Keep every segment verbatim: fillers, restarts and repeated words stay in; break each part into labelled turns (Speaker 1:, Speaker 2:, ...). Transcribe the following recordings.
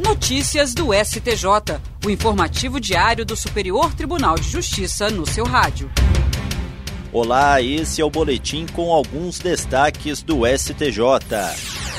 Speaker 1: Notícias do S T J, o informativo diário do Superior Tribunal de Justiça no seu rádio.
Speaker 2: Olá, esse é o boletim com alguns destaques do S T J.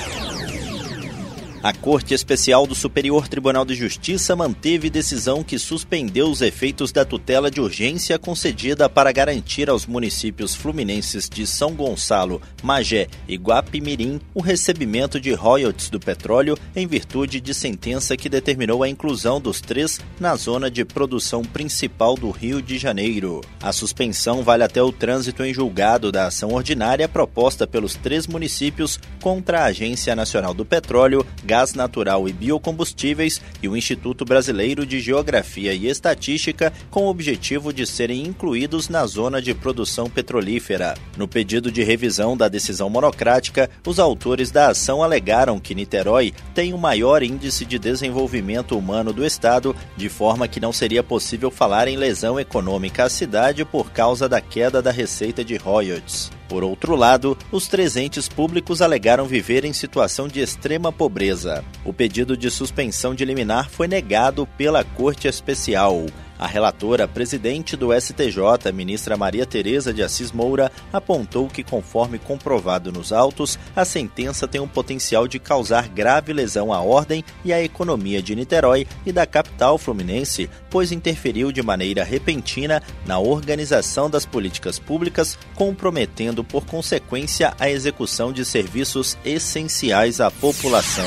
Speaker 2: A Corte Especial do Superior Tribunal de Justiça manteve decisão que suspendeu os efeitos da tutela de urgência concedida para garantir aos municípios fluminenses de São Gonçalo, Magé e Guapimirim o recebimento de royalties do petróleo em virtude de sentença que determinou a inclusão dos três na zona de produção principal do Rio de Janeiro. A suspensão vale até o trânsito em julgado da ação ordinária proposta pelos três municípios contra a Agência Nacional do Petróleo, Gás Natural e Biocombustíveis e o Instituto Brasileiro de Geografia e Estatística, com o objetivo de serem incluídos na zona de produção petrolífera. No pedido de revisão da decisão monocrática, os autores da ação alegaram que Niterói tem o maior índice de desenvolvimento humano do estado, de forma que não seria possível falar em lesão econômica à cidade por causa da queda da receita de royalties. Por outro lado, os três entes públicos alegaram viver em situação de extrema pobreza. O pedido de suspensão de liminar foi negado pela Corte Especial. A relatora, presidente do S T J, ministra Maria Tereza de Assis Moura, apontou que, conforme comprovado nos autos, a sentença tem um potencial de causar grave lesão à ordem e à economia de Niterói e da capital fluminense, pois interferiu de maneira repentina na organização das políticas públicas, comprometendo, por consequência, a execução de serviços essenciais à população.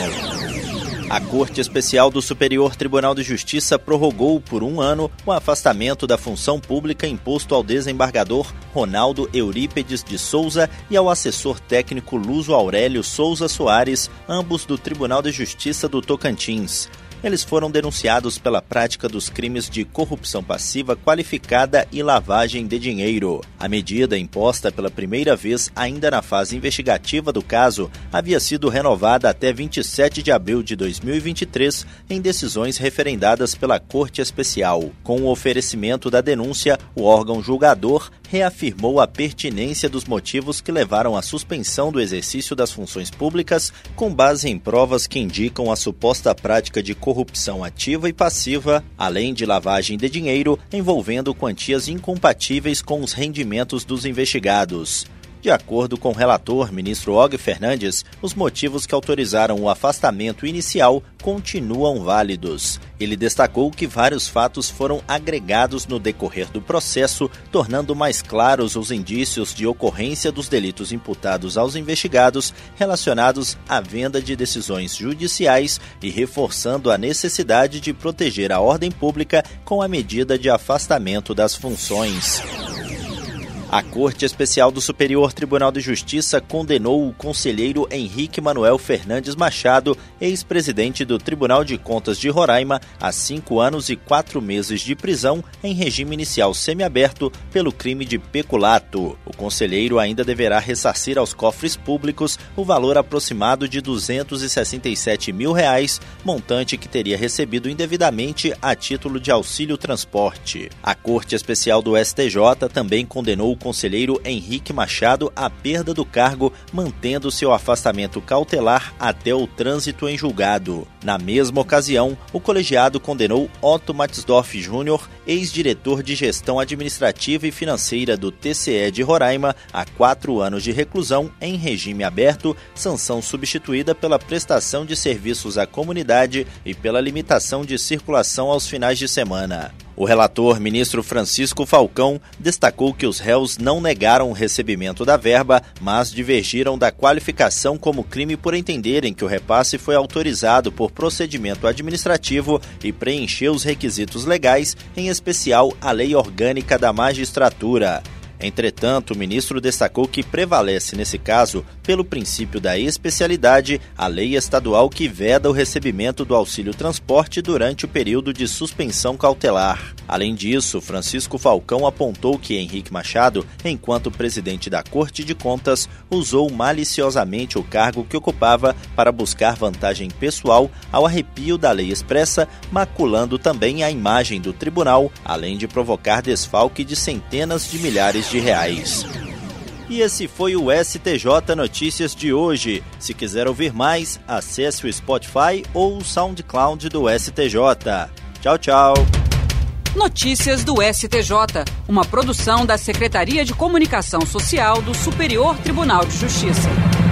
Speaker 2: A Corte Especial do Superior Tribunal de Justiça prorrogou por um ano o afastamento da função pública imposto ao desembargador Ronaldo Eurípedes de Souza e ao assessor técnico Luso Aurélio Souza Soares, ambos do Tribunal de Justiça do Tocantins. Eles foram denunciados pela prática dos crimes de corrupção passiva qualificada e lavagem de dinheiro. A medida, imposta pela primeira vez ainda na fase investigativa do caso, havia sido renovada até vinte e sete de abril de dois mil e vinte e três em decisões referendadas pela Corte Especial. Com o oferecimento da denúncia, o órgão julgador reafirmou a pertinência dos motivos que levaram à suspensão do exercício das funções públicas, com base em provas que indicam a suposta prática de corrupção ativa e passiva, além de lavagem de dinheiro envolvendo quantias incompatíveis com os rendimentos dos investigados. De acordo com o relator, ministro Og Fernandes, os motivos que autorizaram o afastamento inicial continuam válidos. Ele destacou que vários fatos foram agregados no decorrer do processo, tornando mais claros os indícios de ocorrência dos delitos imputados aos investigados relacionados à venda de decisões judiciais e reforçando a necessidade de proteger a ordem pública com a medida de afastamento das funções. A Corte Especial do Superior Tribunal de Justiça condenou o conselheiro Henrique Manuel Fernandes Machado, ex-presidente do Tribunal de Contas de Roraima, a cinco anos e quatro meses de prisão em regime inicial semiaberto pelo crime de peculato. O conselheiro ainda deverá ressarcir aos cofres públicos o valor aproximado de duzentos e sessenta e sete mil reais, montante que teria recebido indevidamente a título de auxílio transporte. A Corte Especial do S T J também condenou o conselheiro Henrique Machado à perda do cargo, mantendo seu afastamento cautelar até o trânsito em julgado. Na mesma ocasião, o colegiado condenou Otto Matisdorf Júnior, ex-diretor de gestão administrativa e financeira do T C E de Roraima, a quatro anos de reclusão em regime aberto, sanção substituída pela prestação de serviços à comunidade e pela limitação de circulação aos finais de semana. O relator, ministro Francisco Falcão, destacou que os réus não negaram o recebimento da verba, mas divergiram da qualificação como crime por entenderem que o repasse foi autorizado por procedimento administrativo e preencheu os requisitos legais, em especial a Lei Orgânica da Magistratura. Entretanto, o ministro destacou que prevalece, nesse caso, pelo princípio da especialidade, a lei estadual que veda o recebimento do auxílio transporte durante o período de suspensão cautelar. Além disso, Francisco Falcão apontou que Henrique Machado, enquanto presidente da Corte de Contas, usou maliciosamente o cargo que ocupava para buscar vantagem pessoal ao arrepio da lei expressa, maculando também a imagem do tribunal, além de provocar desfalque de centenas de milhares de reais. E esse foi o S T J Notícias de hoje. Se quiser ouvir mais, acesse o Spotify ou o SoundCloud do S T J. Tchau, tchau.
Speaker 1: Notícias do S T J, uma produção da Secretaria de Comunicação Social do Superior Tribunal de Justiça.